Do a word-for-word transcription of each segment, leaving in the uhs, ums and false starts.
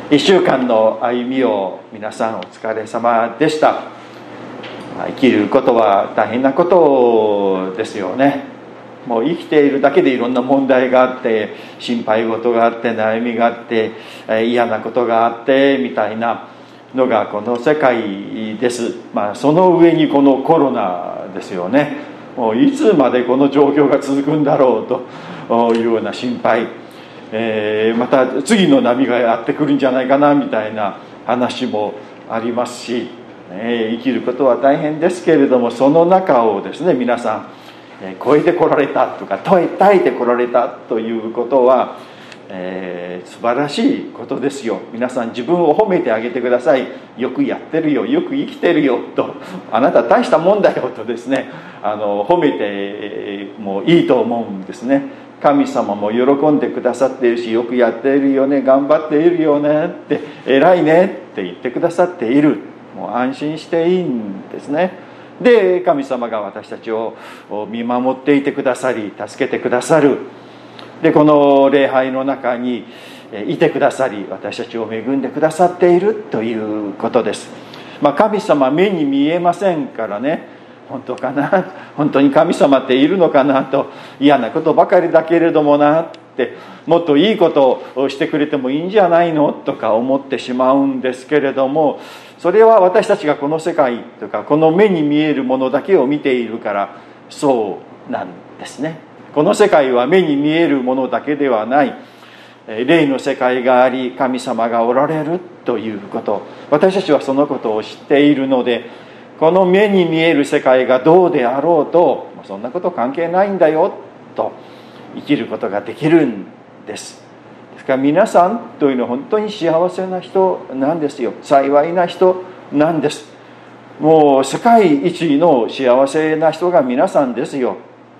いっしゅうかんの歩みを皆さんお疲れ様でした。生きることは大変なことですよね。もう生きているだけでいろんな問題があって、心配事があって、悩みがあって、嫌なことがあってみたいなのがこの世界です。まあその上にこのコロナですよね。もういつまでこの状況が続くんだろうというような心配、えー、また次の波がやってくるんじゃないかなみたいな話もありますし、えー、生きることは大変ですけれども、その中をですね皆さん、えー、超えてこられたとか耐えてこられたということは、えー、素晴らしいことですよ。皆さん自分を褒めてあげてください。よくやってるよ、よく生きてるよと、あなた大したもんだよとですね、あの褒めてもいいと思うんですね。神様も喜んでくださっているし、よくやっているよね、頑張っているよねって、偉いねって言ってくださっている。もう安心していいんですね。で、神様が私たちを見守っていてくださり、助けてくださる。で、この礼拝の中にいてくださり、私たちを恵んでくださっているということです。まあ、神様目に見えませんからね、本当かな、本当に神様っているのかなと、嫌なことばかりだけれどもなって、もっといいことをしてくれてもいいんじゃないのとか思ってしまうんですけれども、それは私たちがこの世界とかこの目に見えるものだけを見ているからそうなんですね。この世界は目に見えるものだけではない、霊の世界があり、神様がおられるということ、私たちはそのことを知っているので、この目に見える世界がどうであろうと、そんなこと関係ないんだよと生きることができるんです。ですから皆さんというのは本当に幸せな人なんですよ。幸いな人なんです。もう世界一の幸せな人が皆さんですよ。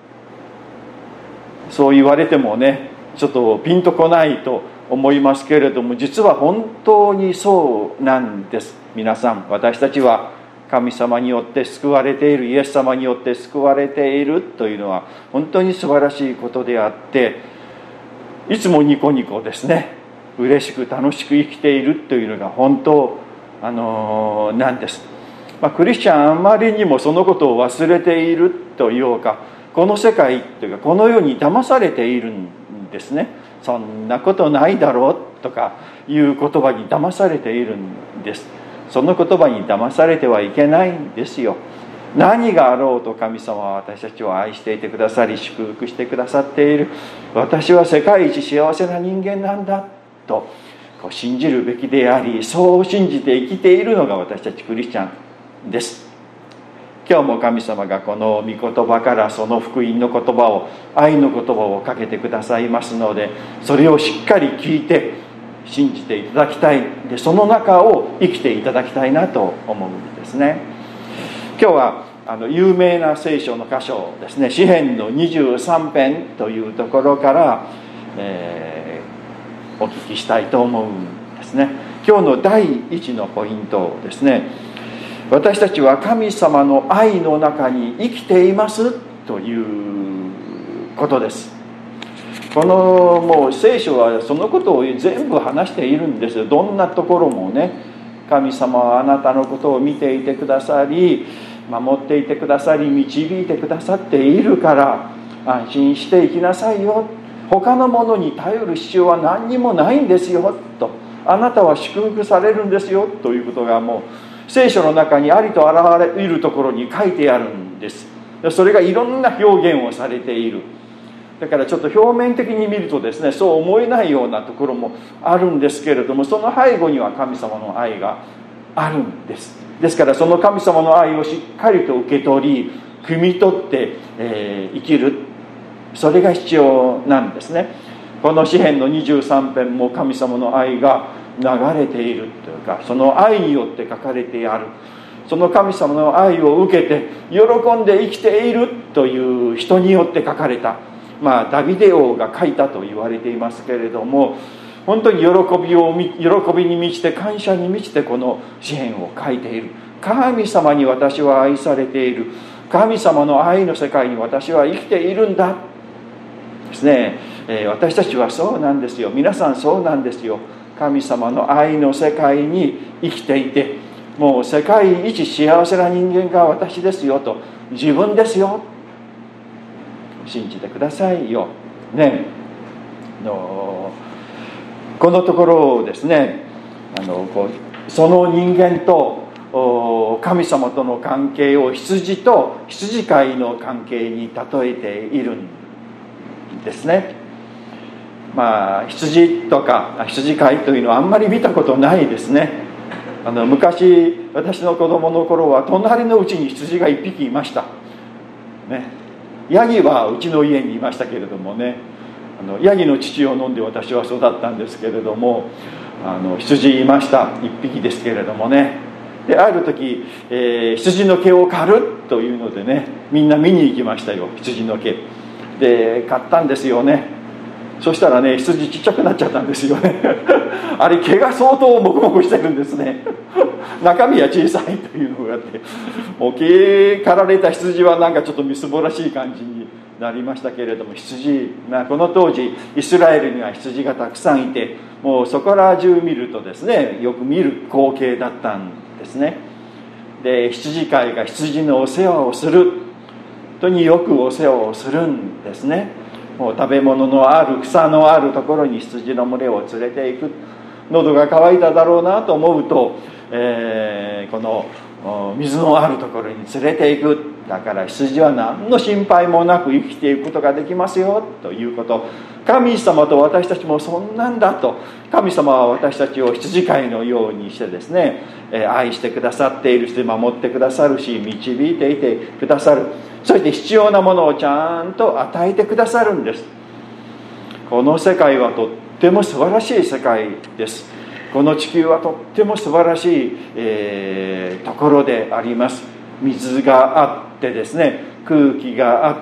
そう言われてもね、ちょっとピンとこないと思いますけれども、実は本当にそうなんです。皆さん、私たちは神様によって救われている、イエス様によって救われているというのは本当に素晴らしいことであって、いつもニコニコですね、嬉しく楽しく生きているというのが本当、あのー、なんです。まあ、クリスチャンあまりにもそのことを忘れているというか、この世界というかこの世に騙されているんですね。そんなことないだろうとかいう言葉に騙されているんです。その言葉に騙されてはいけないんですよ。何があろうと神様は私たちを愛していてくださり、祝福してくださっている。私は世界一幸せな人間なんだとこう信じるべきであり、そう信じて生きているのが私たちクリスチャンです。今日も神様がこの御言葉からその福音の言葉を、愛の言葉をかけてくださいますので、それをしっかり聞いて信じていただきたい。で、その中を生きていただきたいなと思うんですね。今日はあの有名な聖書の箇所ですね、詩編のにじゅうさん編というところから、えー、お聞きしたいと思うんですね。今日の第一のポイントですね、私たちは神様の愛の中に生きていますということです。このもう聖書はそのことを全部話しているんですよ。どんなところもね、神様はあなたのことを見ていてくださり、守っていてくださり、導いてくださっているから安心して生きなさいよ、他のものに頼る必要は何にもないんですよと、あなたは祝福されるんですよということがもう聖書の中にありとあらゆるところに書いてあるんです。それがいろんな表現をされている。だからちょっと表面的に見るとですね、そう思えないようなところもあるんですけれども、その背後には神様の愛があるんです。ですからその神様の愛をしっかりと受け取り、汲み取って、えー、生きる、それが必要なんですね。この詩編のにじゅうさん編も神様の愛が流れているというか、その愛によって書かれてある。その神様の愛を受けて喜んで生きているという人によって書かれた、まあダビデ王が書いたと言われていますけれども、本当に喜びを喜びに満ちて感謝に満ちてこの詩編を書いている。神様に私は愛されている、神様の愛の世界に私は生きているんだですね。えー、私たちはそうなんですよ。皆さんそうなんですよ。 神様の愛の世界に生きていて、もう世界一幸せな人間が私ですよと、自分ですよ、信じてくださいよね。のこのところをですね、あのこうその人間と神様との関係を羊と羊飼いの関係に例えているんですね。まあ羊とか羊飼いというのはあんまり見たことないですね。あの昔私の子供の頃は隣のうちに羊が一匹いましたね。ヤギはうちの家にいましたけれどもね、あのヤギの乳を飲んで私は育ったんですけれども、あの羊いました、一匹ですけれどもね。である時、えー、羊の毛を刈るというのでね、みんな見に行きましたよ、羊の毛で刈ったんですよね。そしたらね、羊ちっちゃくなっちゃったんですよねあれ毛が相当モコモコしてるんですね中身は小さいというのがあって、もう毛刈られた羊はなんかちょっとみすぼらしい感じになりましたけれども、羊、まあ、この当時イスラエルには羊がたくさんいて、もうそこら中見るとですね、よく見る光景だったんですね。で羊飼いが羊のお世話をする、本当によくお世話をするんですね。もう食べ物のある草のあるところに羊の群れを連れていく。喉が渇いただろうなと思うと、えー、この水のあるところに連れていく。だから羊は何の心配もなく生きていくことができますよということ。神様と私たちもそんなんだと。神様は私たちを羊飼いのようにしてですね、愛してくださっているし、守ってくださるし、導いていてくださる。そして必要なものをちゃんと与えてくださるんです。この世界はとっても素晴らしい世界です。この地球はとっても素晴らしい、えー、ところであります。水があってですね、空気があって、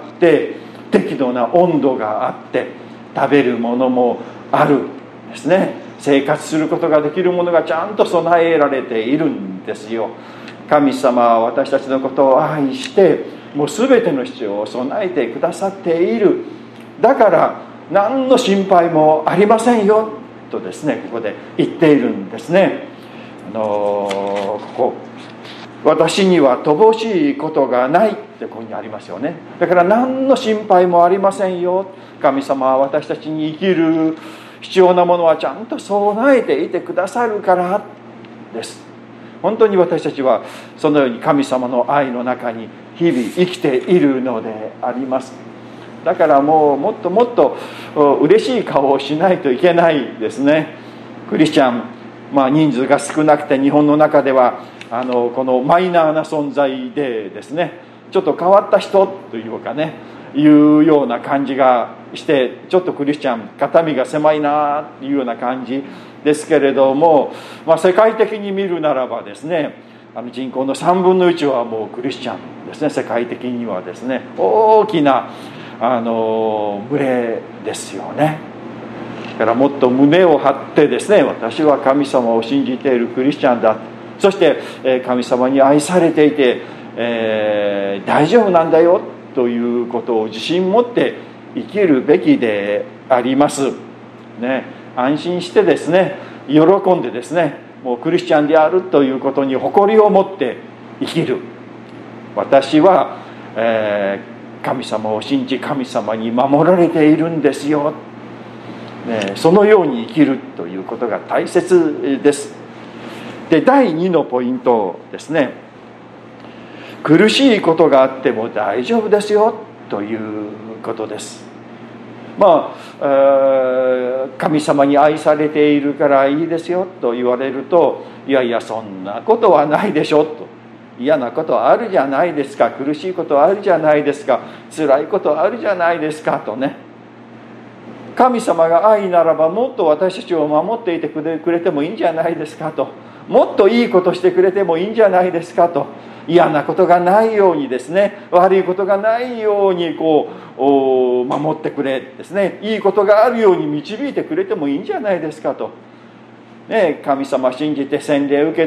適度な温度があって、食べるものもあるですね。生活することができるものがちゃんと備えられているんですよ。神様は私たちのことを愛して、もう全ての必要を備えてくださっている。だから何の心配もありませんよとですね、ここで言っているんですね。あのここ、私には乏しいことがないってここにありますよね。だから何の心配もありませんよ。神様は私たちに生きる必要なものはちゃんと備えていてくださるからです。本当に私たちはそのように神様の愛の中に日々生きているのであります。だからもうもっともっと嬉しい顔をしないといけないですね。クリスチャン、まあ、人数が少なくて日本の中ではあのこのマイナーな存在でですね、ちょっと変わった人というかね、いうような感じがして、ちょっとクリスチャン肩身が狭いなっていうような感じですけれども、まあ、世界的に見るならばですね、あの人口のさんぶんのいちはもうクリスチャンですね。世界的にはですね、大きなあの群れですよね。だからもっと胸を張ってですね、私は神様を信じているクリスチャンだ、そして神様に愛されていて、えー、大丈夫なんだよということを自信持って生きるべきでありますね。安心してですね、喜んでですね、もうクリスチャンであるということに誇りを持って生きる。私は、えー、神様を信じ神様に守られているんですよ、ね、そのように生きるということが大切です。で、だいにのポイントですね。苦しいことがあっても大丈夫ですよということです。まあ、神様に愛されているからいいですよと言われると、いやいやそんなことはないでしょと、嫌なことはあるじゃないですか、苦しいことはあるじゃないですか、辛いことはあるじゃないですかとね。神様が愛ならばもっと私たちを守っていてくれてもいいんじゃないですかと、もっといいことしてくれてもいいんじゃないですかと、嫌なことがないようにですね、悪いことがないようにこう守ってくれですね、いいことがあるように導いてくれてもいいんじゃないですかと、ね、神様信じて洗礼受けて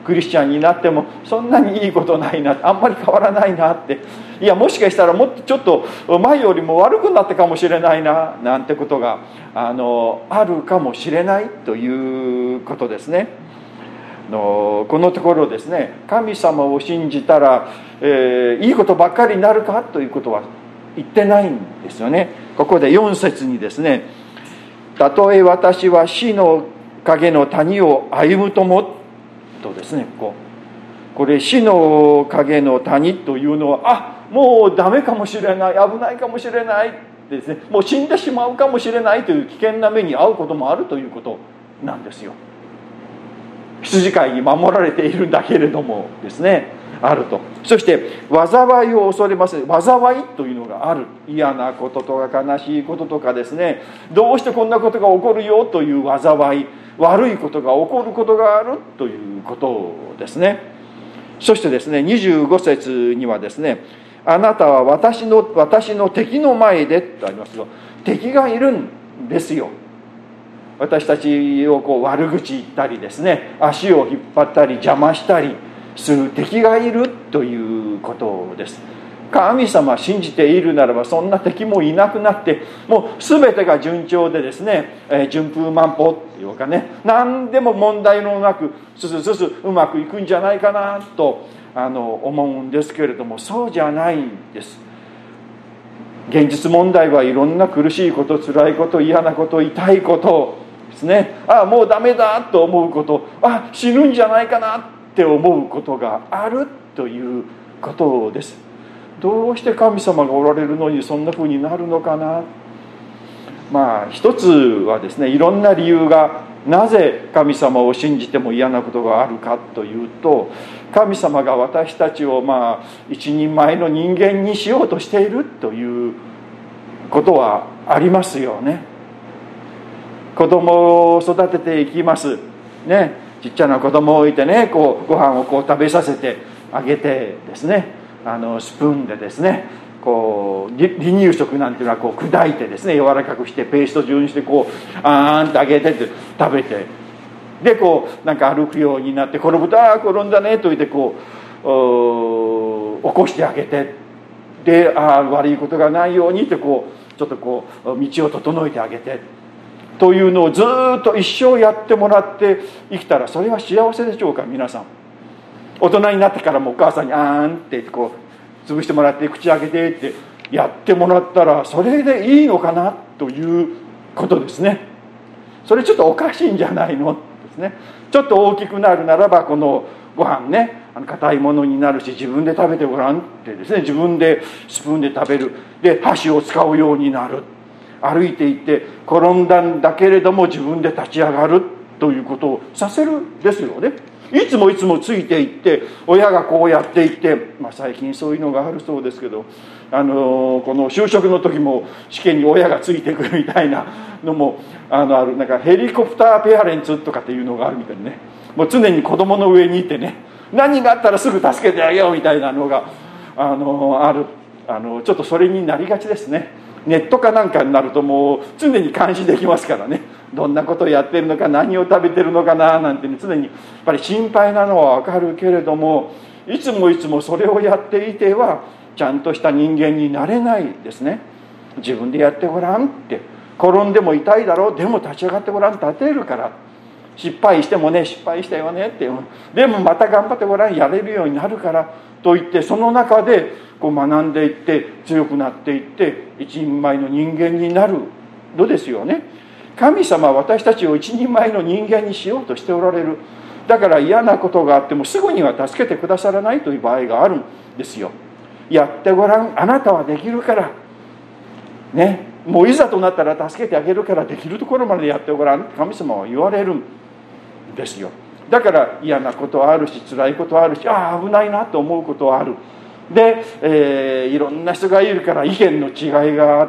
クリスチャンになってもそんなにいいことないな、あんまり変わらないなって、いやもしかしたらもっとちょっと前よりも悪くなったかもしれないななんてことがあのあるかもしれないということですね。のこのところですね、神様を信じたら、えー、いいことばっかりになるかということは言ってないんですよね。ここでよん節にですね、たとえ私は死の影の谷を歩むともとですね、こうこれ死の影の谷というのは、あ、もうダメかもしれない、危ないかもしれないですね、もう死んでしまうかもしれないという危険な目に遭うこともあるということなんですよ。羊飼いに守られているんだけれどもですね、あると。そして災いを恐れます。災いというのがある。嫌なこととか悲しいこととかですね、どうしてこんなことが起こるよという災い、悪いことが起こることがあるということですね。そしてですね、にじゅうご節にはですね、あなたは私の私の敵の前でとありますが、敵がいるんですよ。私たちをこう悪口言ったりですね、足を引っ張ったり邪魔したりする敵がいるということです。神様信じているならばそんな敵もいなくなって、もう全てが順調でですね、えー、順風満帆っていうかね、何でも問題のなくすすすすうまくいくんじゃないかなとあの思うんですけれども、そうじゃないんです。現実問題はいろんな苦しいこと、辛いこと、嫌なこと、痛いことですね、ああもうダメだと思うこと、あ死ぬんじゃないかなって思うことがあるということです。どうして神様がおられるのにそんな風になるのかな。まあ一つはですね、いろんな理由が、なぜ神様を信じても嫌なことがあるかというと、神様が私たちをまあ一人前の人間にしようとしているということはありますよね。子供を育てていきますね、ちっちゃな子供を置いてね、こうご飯をこう食べさせてあげてですね、あのスプーンでですね、こう離乳食なんていうのはこう砕いてですね、柔らかくしてペースト状にしてこうあーんってあげてって食べて、でこうなんか歩くようになって、転ぶとああ転んだねと言ってこう起こしてあげて、でああ悪いことがないようにってこうちょっとこう道を整えてあげてというのをずっと一生やってもらって生きたら、それは幸せでしょうか。皆さん大人になってからもお母さんにあーんってこう潰してもらって口開けてってやってもらったら、それでいいのかなということですね。それちょっとおかしいんじゃないのですね。ちょっと大きくなるならばこのご飯ね、あの硬いものになるし自分で食べてごらんってですね、自分でスプーンで食べる、で箸を使うようになる、歩いていって転んだんだけれども自分で立ち上がるということをさせるですよね。いつもいつもついていって親がこうやっていって、まあ、最近そういうのがあるそうですけど、あのこの就職の時も試験に親がついてくるみたいなのもあのある、なんかヘリコプターペアレンツとかっていうのがあるみたいにね、もう常に子供の上にいてね、何があったらすぐ助けてあげようみたいなのがあのある。あのちょっとそれになりがちですね。ネットかなんかになるともう常に監視できますからね、どんなことをやってるのか、何を食べてるのかななんて、ね、常にやっぱり心配なのは分かるけれども、いつもいつもそれをやっていてはちゃんとした人間になれないですね。自分でやってごらんって、転んでも痛いだろう、でも立ち上がってごらん、立てるから、失敗してもね、失敗したよねって、でもまた頑張ってごらん、やれるようになるからと言って、その中でこう学んでいって強くなっていって一人前の人間になるのですよね。神様は私たちを一人前の人間にしようとしておられる。だから嫌なことがあってもすぐには助けてくださらないという場合があるんですよ。やってごらん、あなたはできるからね、もういざとなったら助けてあげるから、できるところまでやってごらん、神様は言われるんですよ。だから嫌なことはあるし、辛いことはあるし、ああ危ないなと思うことはある。で、えー、いろんな人がいるから意見の違いがあって、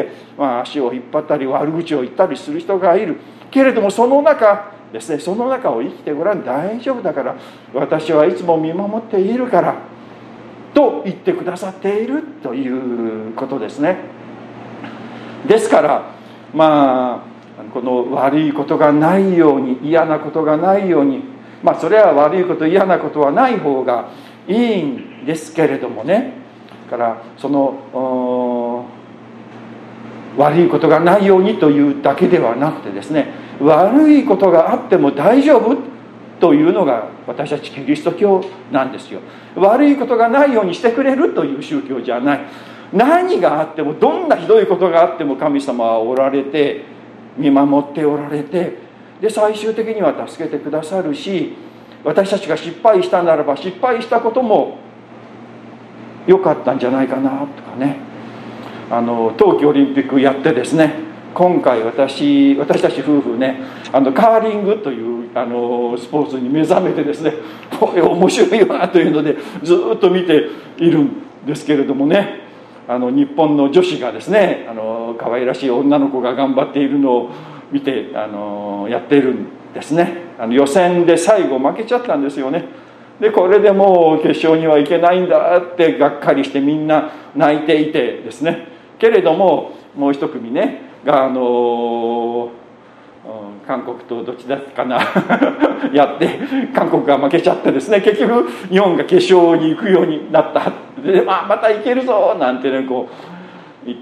まあ、足を引っ張ったり悪口を言ったりする人がいるけれども、その中ですね、その中を生きてごらん、大丈夫だから、私はいつも見守っているからと言ってくださっているということですね。ですからまあこの悪いことがないように、嫌なことがないように、 まあそれは悪いこと嫌なことはない方がいいんですけれどもね、だからその悪いことがないようにというだけではなくてですね、悪いことがあっても大丈夫というのが私たちキリスト教なんですよ。悪いことがないようにしてくれるという宗教じゃない。何があっても、どんなひどいことがあっても神様はおられて、見守っておられて、で最終的には助けてくださるし、私たちが失敗したならば失敗したことも良かったんじゃないかなとかね、あの冬季オリンピックやってですね、今回私私たち夫婦ね、あのカーリングというあのスポーツに目覚めてですね、これ面白いよなというのでずっと見ているんですけれどもね、あの日本の女子がですね、あの可愛らしい女の子が頑張っているのを見てあのやっているんですね。あの予選で最後負けちゃったんですよね。でこれでもう決勝には行けないんだってがっかりしてみんな泣いていてですね、けれどももう一組ねがあの韓国とどっちだったかなやって韓国が負けちゃってですね、結局日本が決勝に行くようになったで、まあ、また行けるぞなんてねこう言って、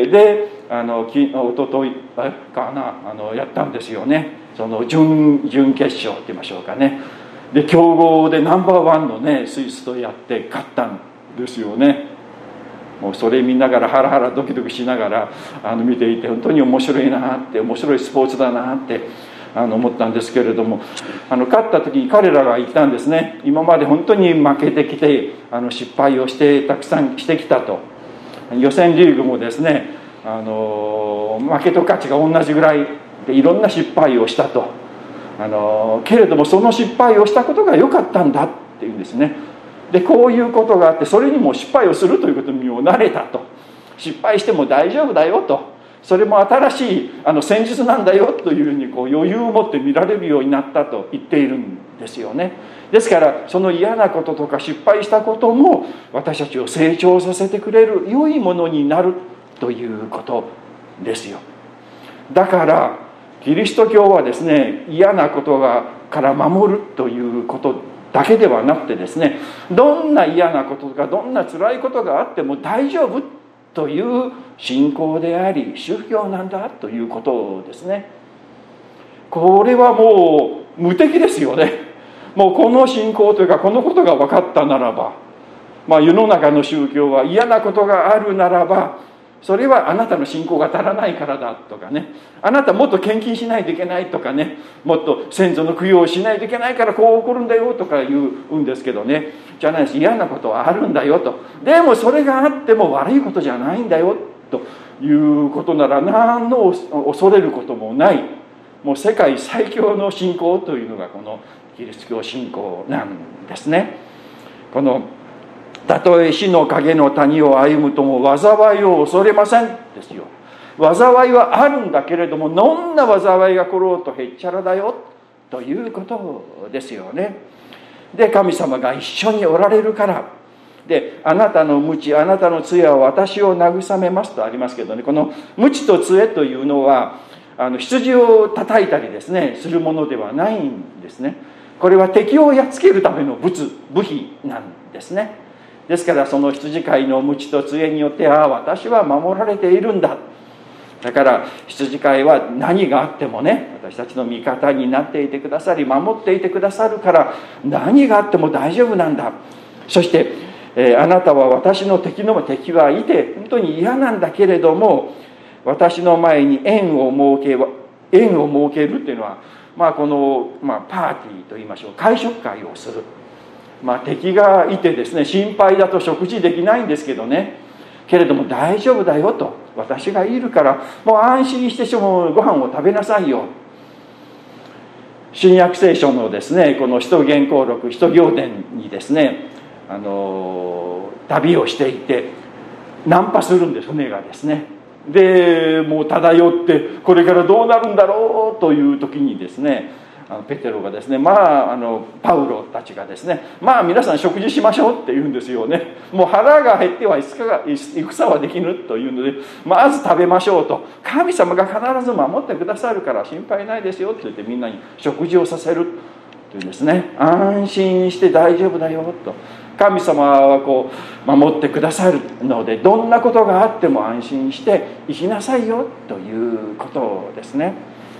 であのきおとといかなあのやったんですよね。その準準決勝って言いましょうかね。で強豪でナンバーワンのねスイスとやって勝ったんですよね。もうそれ見ながらハラハラドキドキしながらあの見ていて、本当に面白いなって、面白いスポーツだなってあの思ったんですけれども、あの勝った時に彼らが言ったんですね。今まで本当に負けてきてあの失敗をしてたくさんしてきたと。予選リーグもですね、あの負けと勝ちが同じぐらいでいろんな失敗をしたと。あのけれどもその失敗をしたことが良かったんだっていうんですね。でこういうことがあって、それにも失敗をするということにも慣れたと。失敗しても大丈夫だよと、それも新しいあの戦術なんだよというふうにこう余裕を持って見られるようになったと言っているんですよね。ですからその嫌なこととか失敗したことも私たちを成長させてくれる良いものになるということですよ。だからキリスト教はですね、嫌なことがから守るということだけではなくてですね、どんな嫌なこととかどんな辛いことがあっても大丈夫という信仰であり宗教なんだということですね。これはもう無敵ですよね。もうこの信仰というかこのことが分かったならば、まあ世の中の宗教は嫌なことがあるならば、それはあなたの信仰が足らないからだとかね、あなたもっと献金しないといけないとかね、もっと先祖の供養をしないといけないからこう起こるんだよとか言うんですけどね、じゃないです。嫌なことはあるんだよと、でもそれがあっても悪いことじゃないんだよということなら何の恐れることもない、もう世界最強の信仰というのがこのキリスト教信仰なんですね。このたとえ死の影の谷を歩むとも災いを恐れませんですよ。災いはあるんだけれども、どんな災いが来ろうとへっちゃらだよということですよね。で神様が一緒におられるからで、あなたの鞭あなたの杖は私を慰めますとありますけどね、この鞭と杖というのはあの羊を叩いたりですねするものではないんですね。これは敵をやっつけるための武武器なんですね。ですからその羊飼いの鞭と杖によって、ああ私は守られているんだ、だから羊飼いは何があってもね私たちの味方になっていてくださり守っていてくださるから、何があっても大丈夫なんだ。そして、えー、あなたは私の敵の敵はいて本当に嫌なんだけれども、私の前に縁を設け縁を設けるっていうのは、まあこの、まあ、パーティーといいましょう、会食会をする。まあ敵がいてですね心配だと食事できないんですけどね、けれども大丈夫だよと、私がいるからもう安心してもご飯を食べなさいよ。新約聖書のですねこの使徒言行録使徒行伝にですね、あの旅をしていて難破するんです、船がですね。でもう漂ってこれからどうなるんだろうという時にですね、あのペテロがですね、まああのパウロたちがですね、まあ皆さん食事しましょうって言うんですよね。もう腹が減っては戦はできぬというので、まず食べましょうと、神様が必ず守ってくださるから心配ないですよって言ってみんなに食事をさせるというですね、安心して大丈夫だよと、神様はこう守ってくださるので、どんなことがあっても安心して生きなさいよということですね。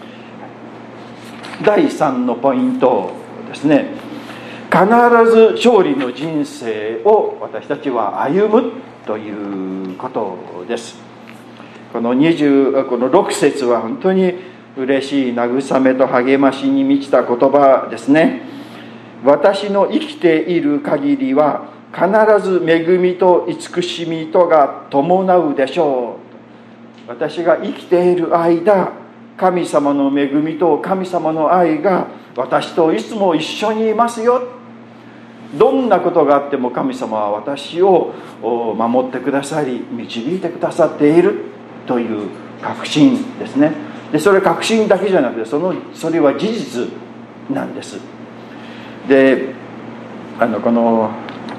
だいさんのポイントですね、必ず勝利の人生を私たちは歩むということです。このにじゅうこのろく節は本当に嬉しい慰めと励ましに満ちた言葉ですね。私の生きている限りは必ず恵みと慈しみとが伴うでしょう。私が生きている間、神様の恵みと神様の愛が私といつも一緒にいますよ。どんなことがあっても神様は私を守ってくださり、導いてくださっているという確信ですね。でそれ確信だけじゃなくて、そのそれは事実なんです。であのこの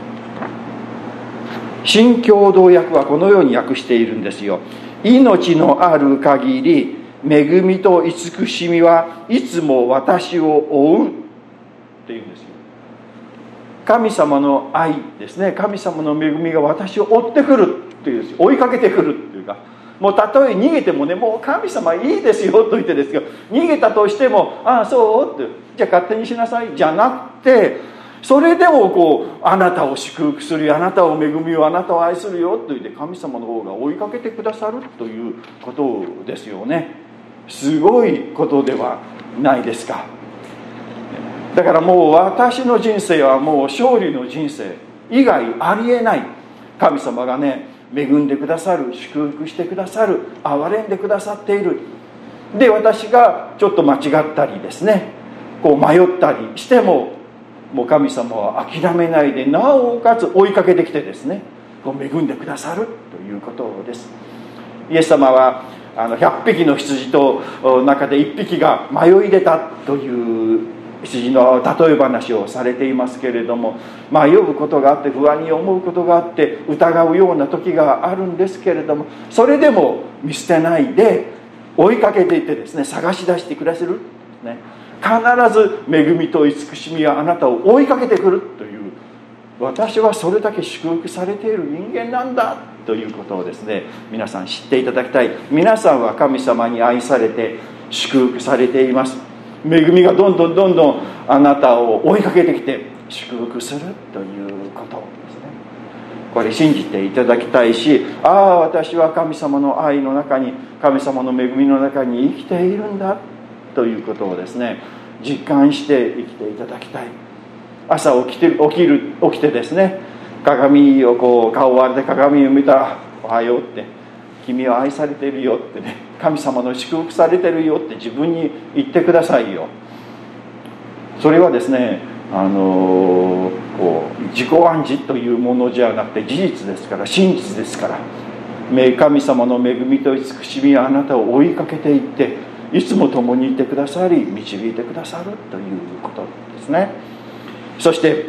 新共同訳はこのように訳しているんですよ。命のある限り恵みと慈しみはいつも私を追うっていうんですよ。神様の愛ですね、神様の恵みが私を追ってくるっていう、追いかけてくるっていうか、もうたとえ逃げてもね、もう神様いいですよと言ってですよ、逃げたとしても、ああそうって、じゃあ勝手にしなさいじゃなくて、それでもこうあなたを祝福する、あなたを恵みを、あなたを愛するよと言って神様の方が追いかけてくださるということですよね。すごいことではないですか。だからもう私の人生はもう勝利の人生以外ありえない。神様がね、恵んでくださる、祝福してくださる、憐れんでくださっている。で私がちょっと間違ったりですね、こう迷ったりしても、もう神様は諦めないで、なおかつ追いかけてきてですね、こう恵んでくださるということです。イエス様はあのひゃっぴきの羊と中でいっぴきが迷い出たという羊の例え話をされていますけれども、迷うことがあって、不安に思うことがあって、疑うような時があるんですけれども、それでも見捨てないで追いかけていってですね、探し出してくださる、ね、必ず恵みと慈しみはあなたを追いかけてくるという、私はそれだけ祝福されている人間なんだということをですね、皆さん知っていただきたい。皆さんは神様に愛されて祝福されています。恵みがどんどんどんどんあなたを追いかけてきて祝福するということですね。これ信じていただきたいし、ああ私は神様の愛の中に、神様の恵みの中に生きているんだということをですね、実感して生きていただきたい。朝起きて起きる起きてですね、鏡をこう顔を洗って鏡を見たら、おはようって、君は愛されているよってね、神様の祝福されているよって自分に言ってくださいよ。それはですね、あのこう自己暗示というものじゃなくて事実ですから、真実ですから、神様の恵みと慈しみはあなたを追いかけていって、いつも共にいてくださり、導いてくださるということですね。そして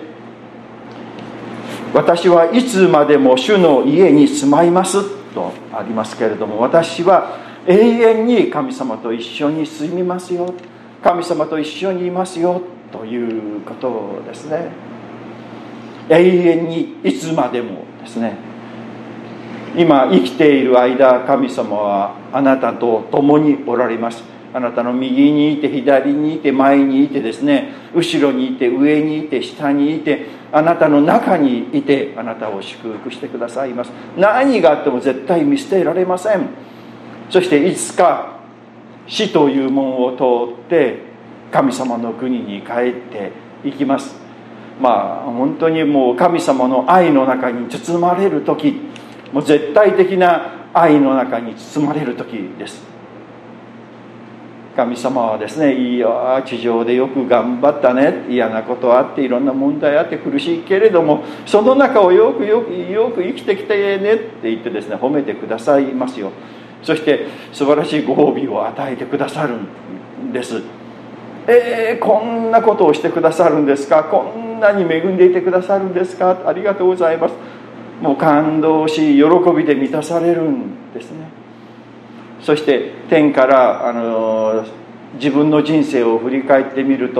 私はいつまでも主の家に住まいますとありますけれども、私は永遠に神様と一緒に住みますよ、神様と一緒にいますよということですね。永遠にいつまでもですね。今生きている間、神様はあなたと共におられます。あなたの右にいて、左にいて、前にいてですね、後ろにいて、上にいて、下にいて、あなたの中にいて、あなたを祝福してくださいます。何があっても絶対見捨てられません。そしていつか死という門を通って神様の国に帰っていきます。まあ本当にもう神様の愛の中に包まれる時、もう絶対的な愛の中に包まれる時です。神様はですね、いや地上でよく頑張ったね、嫌なことあっていろんな問題あって苦しいけれども、その中をよくよくよく生きてきてねって言ってですね、褒めてくださいますよ。そして素晴らしいご褒美を与えてくださるんです。えー、こんなことをしてくださるんですか、こんなに恵んでいてくださるんですか、ありがとうございます。もう感動し喜びで満たされるんですね。そして天からあの自分の人生を振り返ってみると、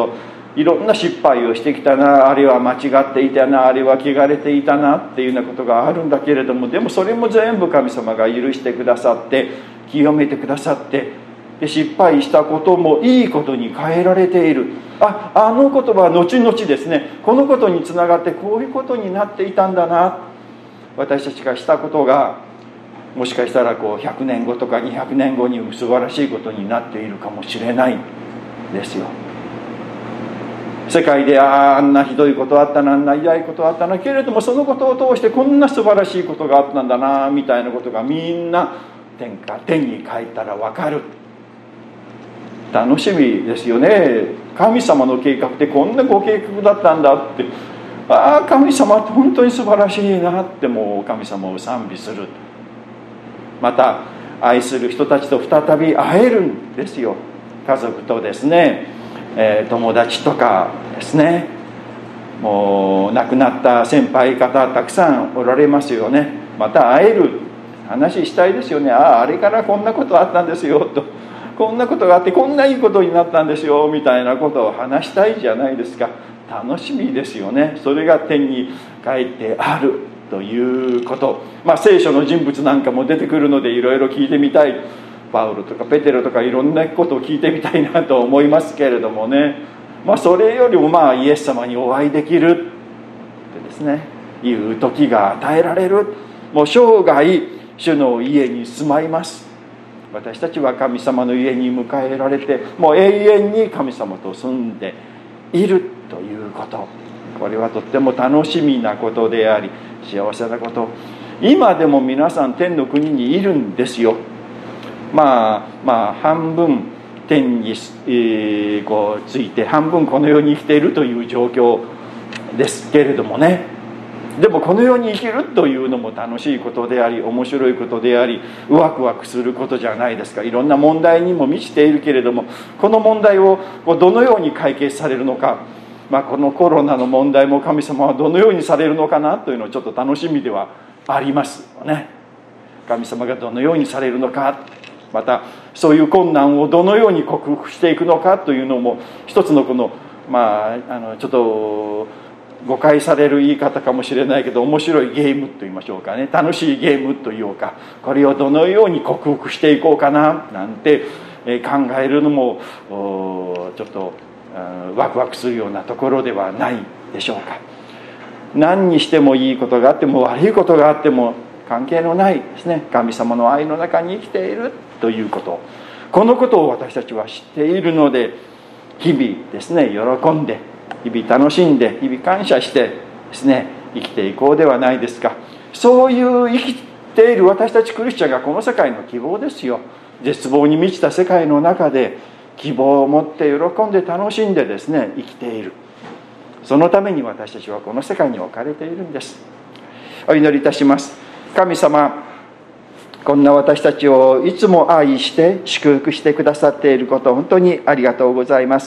いろんな失敗をしてきたな、あれは間違っていたな、あれは汚れていたなっていうようなことがあるんだけれども、でもそれも全部神様が許してくださって清めてくださって、で失敗したこともいいことに変えられている。あ、あのことは後々ですね、このことにつながってこういうことになっていたんだな。私たちがしたことがもしかしたらこうひゃくねんごとかにひゃくねんごに素晴らしいことになっているかもしれないですよ。世界でああんなひどいことあったな、あんな嫌いことあったな、けれどもそのことを通してこんな素晴らしいことがあったんだなみたいなことがみんな天下天に帰ったら分かる。楽しみですよね。神様の計画ってこんなご計画だったんだって、ああ神様って本当に素晴らしいなって、もう神様を賛美する。また愛する人たちと再び会えるんですよ。家族とですね、えー、友達とかですね、もう亡くなった先輩方たくさんおられますよね。また会える、話したいですよね。あああれからこんなことあったんですよと、こんなことがあってこんないいことになったんですよみたいなことを話したいじゃないですか。楽しみですよね。それが天に帰ってあるということ、まあ聖書の人物なんかも出てくるのでいろいろ聞いてみたい。パウロとかペテロとかいろんなことを聞いてみたいなと思いますけれどもね、まあそれよりもまあイエス様にお会いできるってですね、いう時が与えられる。もう生涯主の家に住まいます。私たちは神様の家に迎えられて、もう永遠に神様と住んでいるということ、これはとっても楽しみなことであり幸せなこと。今でも皆さん天の国にいるんですよ。まあまあ半分天に、えー、こうついて半分この世に生きているという状況ですけれどもね、でもこの世に生きるというのも楽しいことであり面白いことでありワクワクすることじゃないですか。いろんな問題にも満ちているけれども、この問題をどのように解決されるのか、まあ、このコロナの問題も神様はどのようにされるのかなというのをちょっと楽しみではありますよね。神様がどのようにされるのか、またそういう困難をどのように克服していくのかというのも一つのこのまああのちょっと誤解される言い方かもしれないけど、面白いゲームと言いましょうかね、楽しいゲームというか、これをどのように克服していこうかななんて考えるのもちょっとワクワクするようなところではないでしょうか。何にしてもいいことがあっても悪いことがあっても関係のないですね、神様の愛の中に生きているということ、このことを私たちは知っているので、日々ですね喜んで、日々楽しんで、日々感謝してですね生きていこうではないですか。そういう生きている私たちクリスチャンがこの世界の希望ですよ。絶望に満ちた世界の中で希望を持って喜んで楽しんでですね生きている。そのために私たちはこの世界に置かれているんです。お祈りいたします。神様、こんな私たちをいつも愛して祝福してくださっていること、本当にありがとうございます。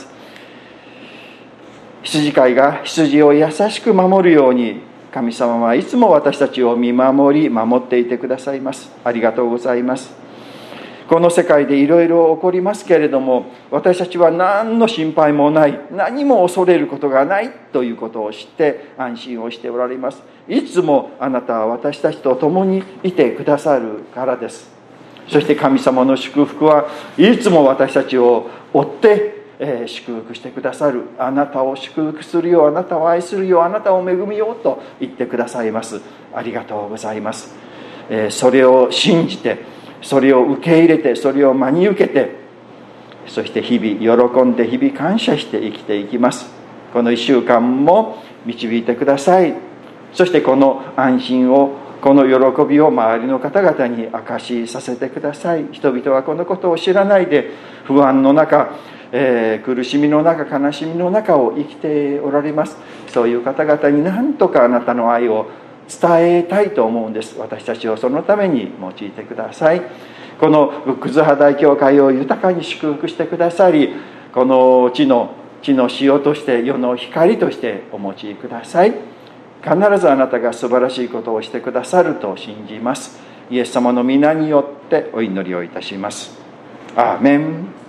羊飼いが羊を優しく守るように、神様はいつも私たちを見守り守っていてくださいます。ありがとうございます。この世界でいろいろ起こりますけれども、私たちは何の心配もない、何も恐れることがないということを知って安心をしておられます。いつもあなたは私たちと共にいてくださるからです。そして神様の祝福はいつも私たちを追ってえー、祝福してくださる。あなたを祝福するよう、あなたを愛するよう、あなたを恵みようと言ってくださいます。ありがとうございます。えー、それを信じて、それを受け入れて、それを真に受けて、そして日々喜んで日々感謝して生きていきます。このいっしゅうかんも導いてください。そしてこの安心を、この喜びを周りの方々に明かしさせてください。人々はこのことを知らないで不安の中、えー、苦しみの中、悲しみの中を生きておられます。そういう方々に何とかあなたの愛を伝えたいと思うんです。私たちをそのために用いてください。この葛葉大教会を豊かに祝福してくださり、この地の地の塩として世の光としてお持ちください。必ずあなたが素晴らしいことをしてくださると信じます。イエス様の皆によってお祈りをいたします。アーメン。